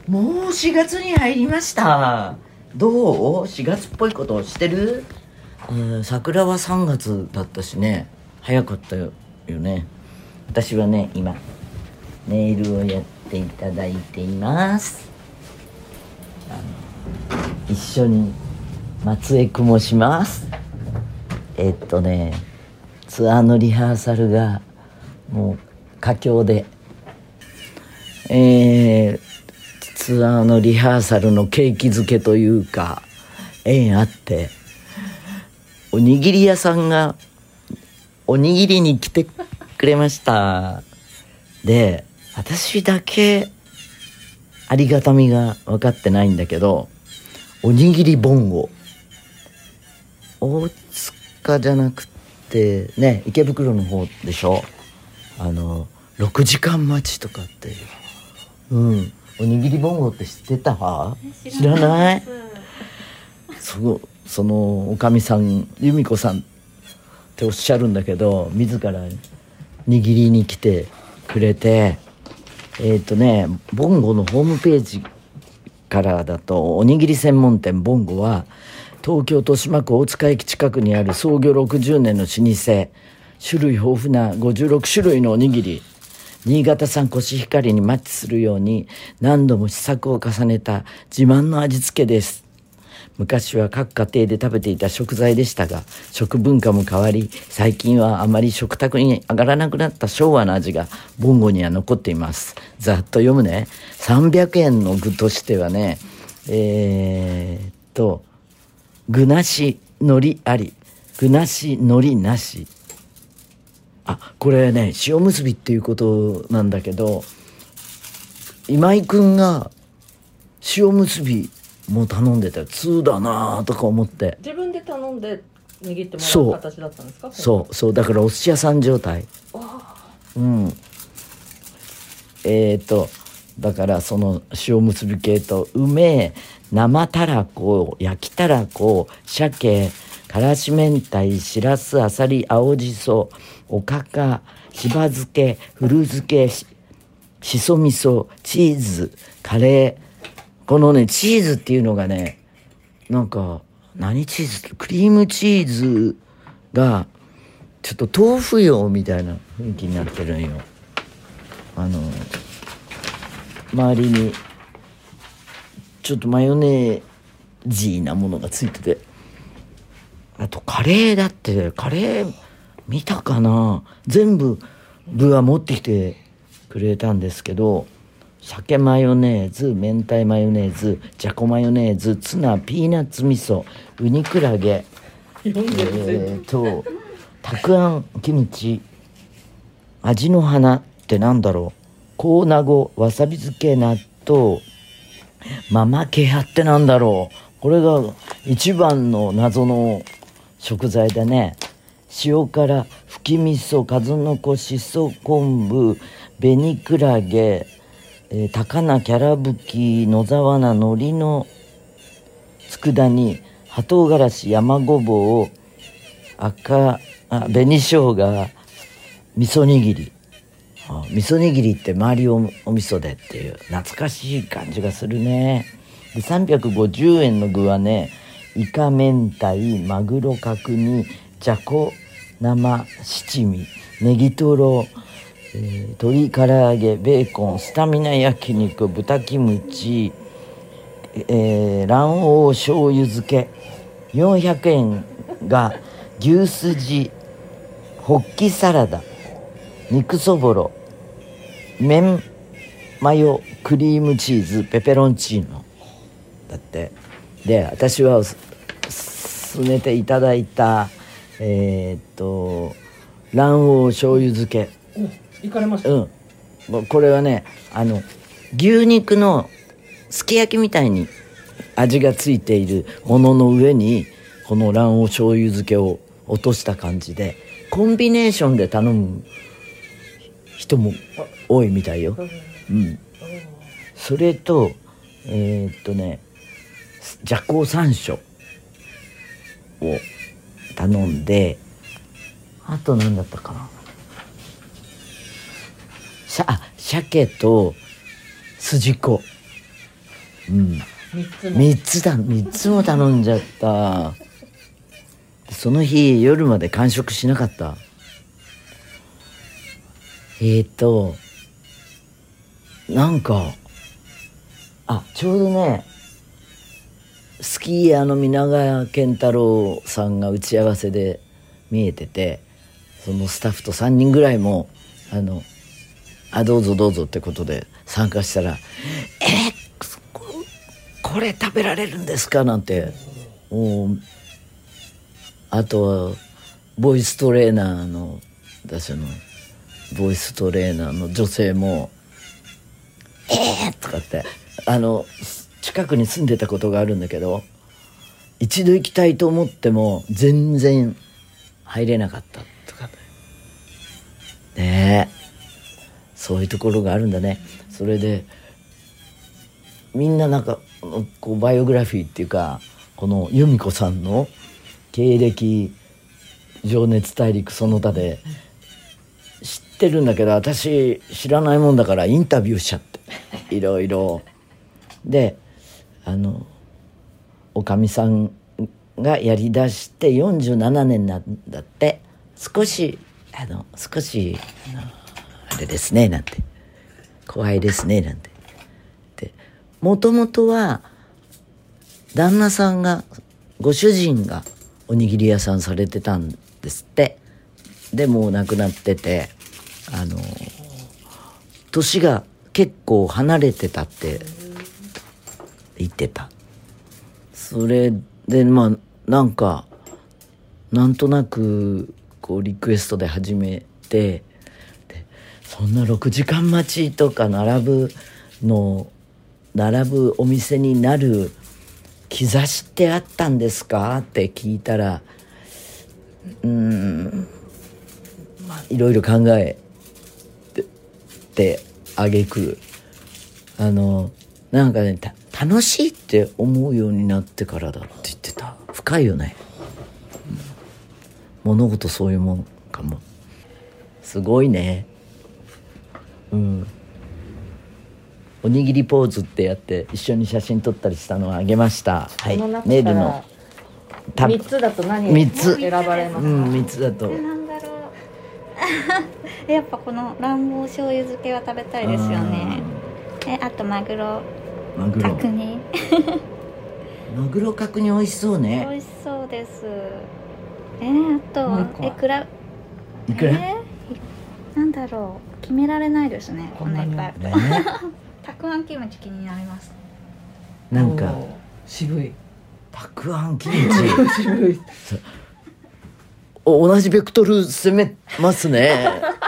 もう4月に入りました。どう ?4 月っぽいことをしてる？桜は3月だったしね、早かったよね。私はね、今ネイルをやっていただいています。一緒に松江区もします。ツアーのリハーサルがもう佳境で、ツアーのリハーサルの景気づけというか縁あって、おにぎり屋さんがおにぎりに来てくれました。で、私だけありがたみが分かってないんだけど、おにぎりボンゴ、大塚じゃなくてね、池袋の方でしょ。6時間待ちとかっていう、おにぎりボンゴって知ってた？知らない？そのおかみさん、由美子さんっておっしゃるんだけど、自ら握りに来てくれて、ボンゴのホームページからだと、おにぎり専門店ボンゴは東京豊島区大塚駅近くにある創業60年の老舗、種類豊富な56種類のおにぎり、新潟産コシヒカリにマッチするように何度も試作を重ねた自慢の味付けです。昔は各家庭で食べていた食材でしたが、食文化も変わり、最近はあまり食卓に上がらなくなった昭和の味がボンゴには残っています。ざっと読むね。300円の具としてはね、具なし海苔あり、具なし海苔なし。これね、塩むすびっていうことなんだけど、今井くんが塩むすびもう頼んでたよ。通だなとか思って、 自分で頼んで握ってもらう形だったんですか？ そうだからお寿司屋さん状態。だからその塩むすび系と梅、生たらこ、焼きたらこ、鮭、からし明太、しらす、あさり、青じそ、おかか、しば漬け、古漬け、しそ味噌、チーズ、カレー。このね、チーズっていうのがね、なんか何チーズって、クリームチーズがちょっと豆腐用みたいな雰囲気になってるんよ。周りにちょっとマヨネージーなものがついてて、あとカレー見たかな。全部具は持ってきてくれたんですけど、鮭マヨネーズ、明太マヨネーズ、じゃこマヨネーズ、ツナ、ピーナッツ味噌、ウニクラゲ、たくあんキムチ、味の花ってなんだろう、コーナゴ、わさび漬け、納豆、ママケハってなんだろう。これが一番の謎の食材だね。塩辛、吹き味噌、数の子、しそ昆布、紅クラゲ、高菜、キャラブキ、野沢菜、海苔の佃煮、葉唐辛子、山ごぼう、紅生姜、味噌握り。味噌握りって周りをお味噌でっていう懐かしい感じがするね。で、350円の具はね、イカ明太、マグロ角煮、じゃこ生七味、ネギトロ、鶏唐揚げ、ベーコン、スタミナ焼肉、豚キムチ、卵黄醤油漬け。400円が牛すじ、ホッキサラダ、肉そぼろ、麺マヨクリームチーズ、ペペロンチーノだって。で、私は勧めていただいた卵黄醤油漬け。 行かれました？ これはね、牛肉のすき焼きみたいに味がついているものの上にこの卵黄醤油漬けを落とした感じで、コンビネーションで頼む人も多いみたいよ。それとじゃこ山椒を頼んで、あと何だったかな、鮭と筋子うん3つも頼んじゃった。その日夜まで完食しなかった。なんかちょうどねスキーヤーの皆川健太郎さんが打ち合わせで見えてて、そのスタッフと3人ぐらいもどうぞどうぞってことで参加したらこれ食べられるんですかなんて、あとはボイストレーナーの私のボイストレーナーの女性もとかって近くに住んでたことがあるんだけど、一度行きたいと思っても全然入れなかったとかね。そういうところがあるんだね。それでみんななんかこうバイオグラフィーっていうか、この由美子さんの経歴情熱大陸その他で知ってるんだけど、私知らないもんだからインタビューしちゃっていろいろで、おかみさんがやりだして47年なんだって。少しあれですねなんて、怖いですねなんて。でもともとは旦那さんがご主人がおにぎり屋さんされてたんですって。でもう亡くなってて年が結構離れてたって言ってた。それでなんとなくこうリクエストで始めて、でそんな6時間待ちとか並ぶお店になる兆しってあったんですかって聞いたら、いろいろ考えて挙句なんかね楽しいって思うようになってからだって言ってた。深いよね、物事そういうもんかも。すごいね。おにぎりポーズってやって一緒に写真撮ったりしたのをあげました。はい、 この中ネイルのから3つだと何 3つ選ばれますか 3つだとなんだろうやっぱこの卵黄醤油漬けは食べたいですよね。あとマグロ角煮マグロ角煮美味しそうね。 美味しそうです。あといくらなんだろう、決められないですね。こんないっぱいたくあんキムチ気になります。 なんか渋いたくあんキムチ渋い同じベクトル攻めますね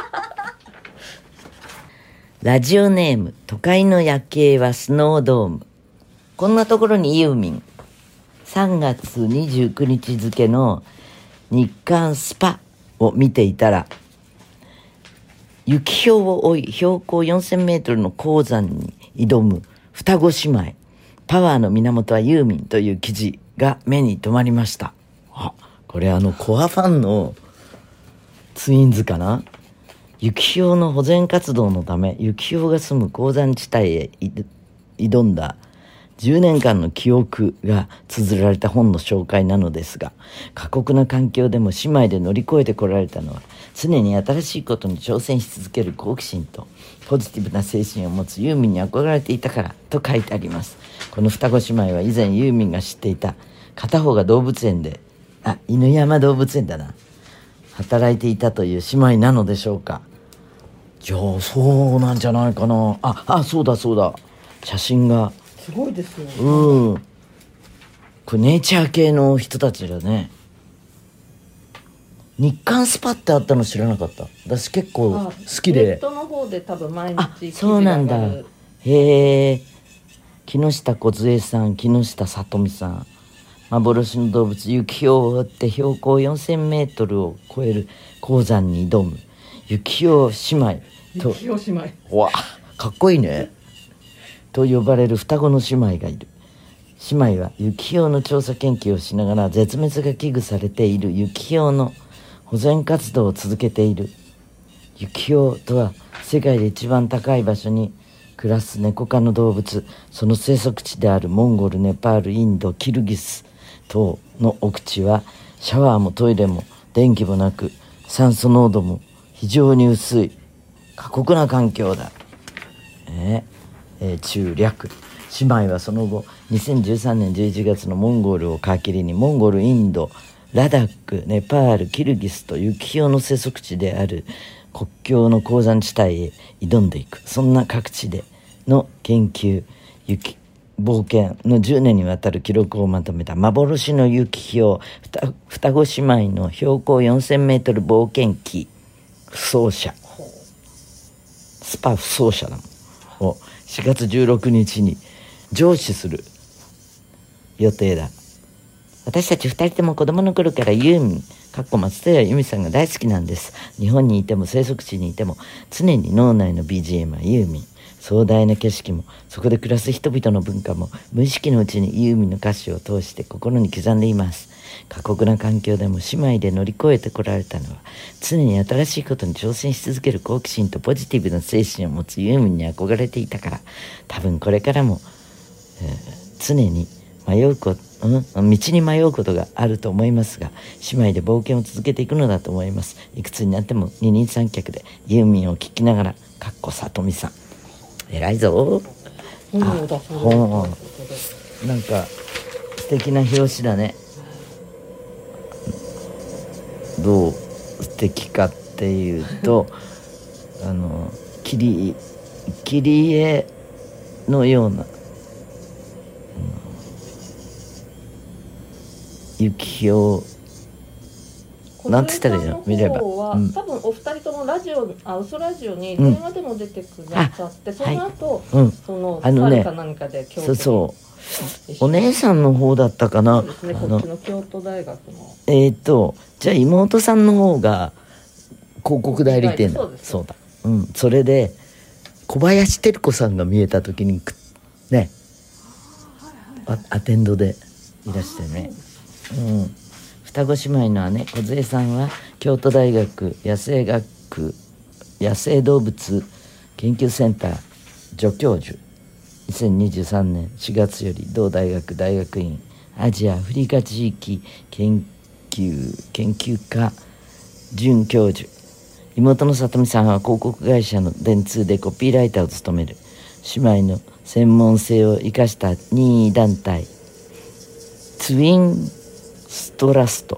ラジオネーム都会の夜景はスノードーム。こんなところにユーミン。3月29日付の日刊スパを見ていたら、雪氷を追い標高4000メートルの高山に挑む双子姉妹、パワーの源はユーミンという記事が目に留まりました。これコアファンのツインズかな。雪氷の保全活動のため雪氷が住む高山地帯へ挑んだ10年間の記憶が綴られた本の紹介なのですが、過酷な環境でも姉妹で乗り越えてこられたのは常に新しいことに挑戦し続ける好奇心とポジティブな精神を持つユーミンに憧れていたからと書いてあります。この双子姉妹は以前ユーミンが知っていた片方が動物園で犬山動物園だな働いていたという姉妹なのでしょうか。じゃあそうなんじゃないかな。そうだ写真がすごいですよね。 これネイチャー系の人たちだね。日刊スパってあったの知らなかった。私結構好きで。 ネットの方で多分毎日記事そうなんだ。 が上がる。 へえ。木下梢さん、木下里美さん。幻の動物雪氷を追って標高4000メートルを超える高山に挑む雪氷姉妹と雪氷姉妹。 わかっこいいねと呼ばれる双子の姉妹がいる。姉妹は雪氷の調査研究をしながら絶滅が危惧されている雪氷の保全活動を続けている。雪氷とは世界で一番高い場所に暮らすネコ科の動物、その生息地であるモンゴル、ネパール、インド、キルギス等の奥地はシャワーもトイレも電気もなく、酸素濃度も非常に薄い過酷な環境だ。中略。姉妹はその後2013年11月のモンゴルを皮切りにモンゴル、インド、ラダック、ネパール、キルギスとユキヒョウの生息地である国境の鉱山地帯へ挑んでいく。そんな各地での研究、冒険の10年にわたる記録をまとめた幻のユキヒョウ双子姉妹の標高4000メートル冒険記不走者、スパ不走者だもんを4月16日に上市する予定だ。私たち2人とも子供の頃からユーミン松任谷由実さんが大好きなんです。日本にいても生息地にいても常に脳内の BGM はユーミン。壮大な景色もそこで暮らす人々の文化も無意識のうちにユーミンの歌詞を通して心に刻んでいます。過酷な環境でも姉妹で乗り越えてこられたのは、常に新しいことに挑戦し続ける好奇心とポジティブな精神を持つユーミンに憧れていたから、多分これからも、常に道に迷うことがあると思いますが、姉妹で冒険を続けていくのだと思います。いくつになっても二人三脚でユーミンを聴きながら、里美さん偉いぞ。本をなんか素敵な表紙だね。どう素敵かっていうと切り絵のような雪ひょうなんて言ったらいいの見れば、 多分お二人とも嘘ラジオに電話でも出てくださって、その後、その誰か何かで京都にお姉さんの方だったかな。 そうですね、こっちの京都大学のじゃあ妹さんの方が広告代理店だ。そうだ、それで小林照子さんが見えた時にね、アテンドでいらしてね、双子姉妹の姉梢さんは京都大学野生動物研究センター助教授、2023年4月より同大学大学院アジア・アフリカ地域研究科准教授。妹の里美さんは広告会社の電通でコピーライターを務める。姉妹の専門性を生かした任意団体ツインストラスト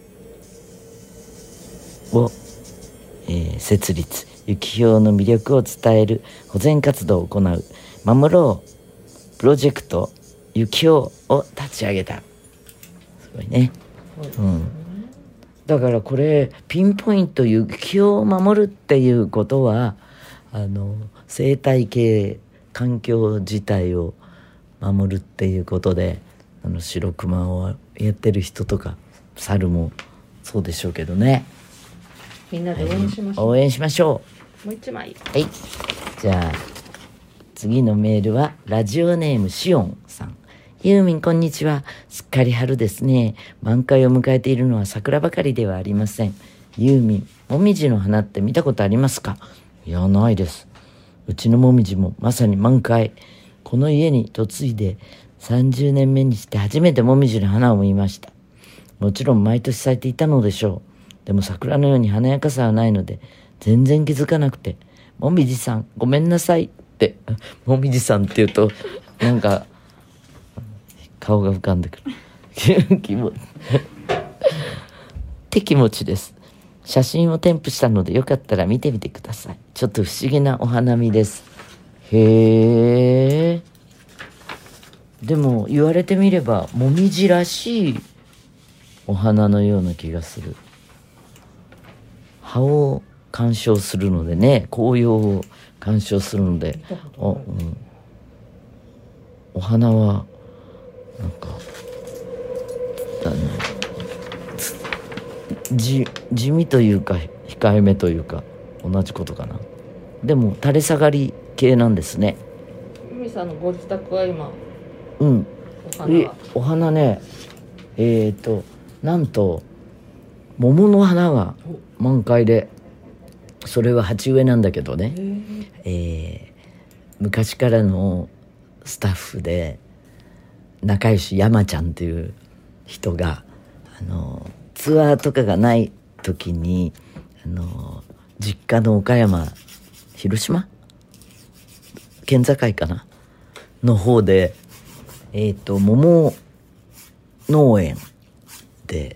を、設立。ユキヒョウの魅力を伝える保全活動を行う守ろうプロジェクトユキヒョウを立ち上げた。すごいね。だからこれピンポイントユキヒョウを守るっていうことは生態系環境自体を守るっていうことで白熊をやってる人とか猿もそうでしょうけどね。 みんなで応援しましょう。 応援しましょう。もう一枚。 はい。じゃあ次のメールはラジオネームしおんさん。ユーミンこんにちは。すっかり春ですね。満開を迎えているのは桜ばかりではありません。ユーミン、もみじの花って見たことありますか？いや、ないです。うちのもみじもまさに満開。この家に嫁いで30年目にして初めてもみじの花を見ました。もちろん毎年咲いていたのでしょう。でも桜のように華やかさはないので全然気づかなくて、もみじさんごめんなさいって、もみじさんって言うとなんか顔が浮かんでくるって気持ちです。写真を添付したのでよかったら見てみてください。ちょっと不思議なお花見です。へえ。でも言われてみればもみじらしいお花のような気がする。葉を鑑賞するのでね、紅葉を鑑賞するので、お花はなんか地味というか控えめというか同じことかな。でも垂れ下がり系なんですね。 由美さんのご自宅は今お花ね、なんと桃の花が満開で、それは鉢植えなんだけどね、 昔からのスタッフで仲良し山ちゃんっていう人がツアーとかがない時に実家の岡山広島県境かなの方で桃農園で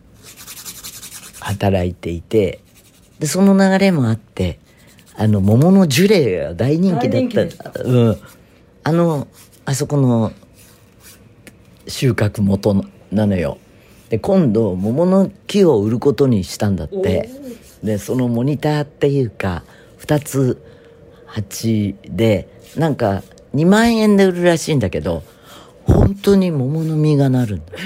働いていて、でその流れもあって桃のジュレが大人気だった。あそこの収穫元なのよ。で今度桃の木を売ることにしたんだって。でそのモニターっていうか2つ鉢でなんか2万円で売るらしいんだけど、本当に桃の実がなるんだ。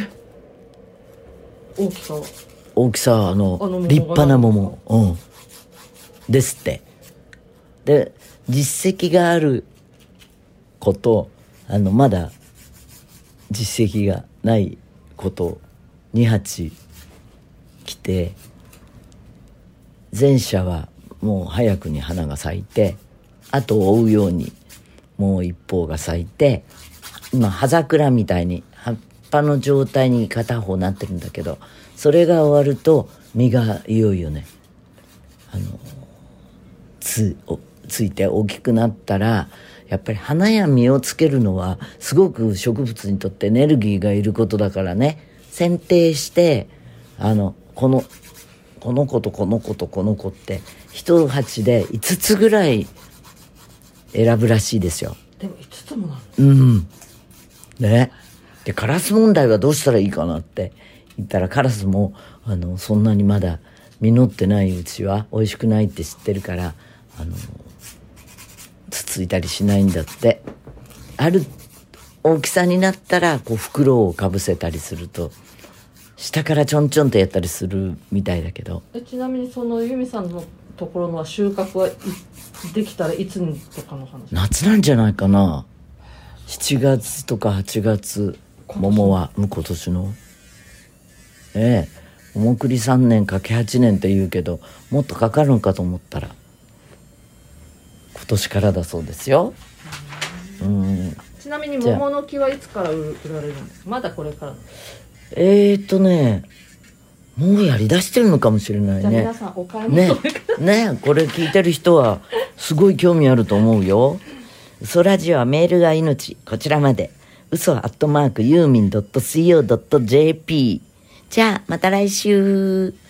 大きさ立派な桃、ですって。で実績がある子とまだ実績がない子と2鉢来て、前者はもう早くに花が咲いて、あとを追うようにもう一方が咲いて、今葉桜みたいに葉っぱの状態に片方なってるんだけど、それが終わると実がいよいよねついて大きくなったら、やっぱり花や実をつけるのはすごく植物にとってエネルギーがいることだからね、剪定してこの子とこの子とこの子って一鉢で5つぐらい選ぶらしいですよ。 でも5つもなの？ ね。でカラス問題はどうしたらいいかなって言ったら、カラスもそんなにまだ実ってないうちは美味しくないって知ってるからつついたりしないんだって。ある大きさになったらこう袋をかぶせたりすると下からちょんちょんってやったりするみたいだけど。 ちなみにその由美さんのところの収穫はできたらいつにとかの話？ 夏なんじゃないかな。7月とか8月桃は今年の桃栗3年かけ8年って言うけど、もっとかかるのかと思ったら今年からだそうですよ。 ちなみに桃の木はいつから売られるんですか？まだこれから？ もうやりだしてるのかもしれないね。 じゃあ皆さんお買い求めね、これ聞いてる人はすごい興味あると思うよ。嘘ラジオはメールが命、こちらまで嘘@ユーミン.co.jp。 じゃあまた来週。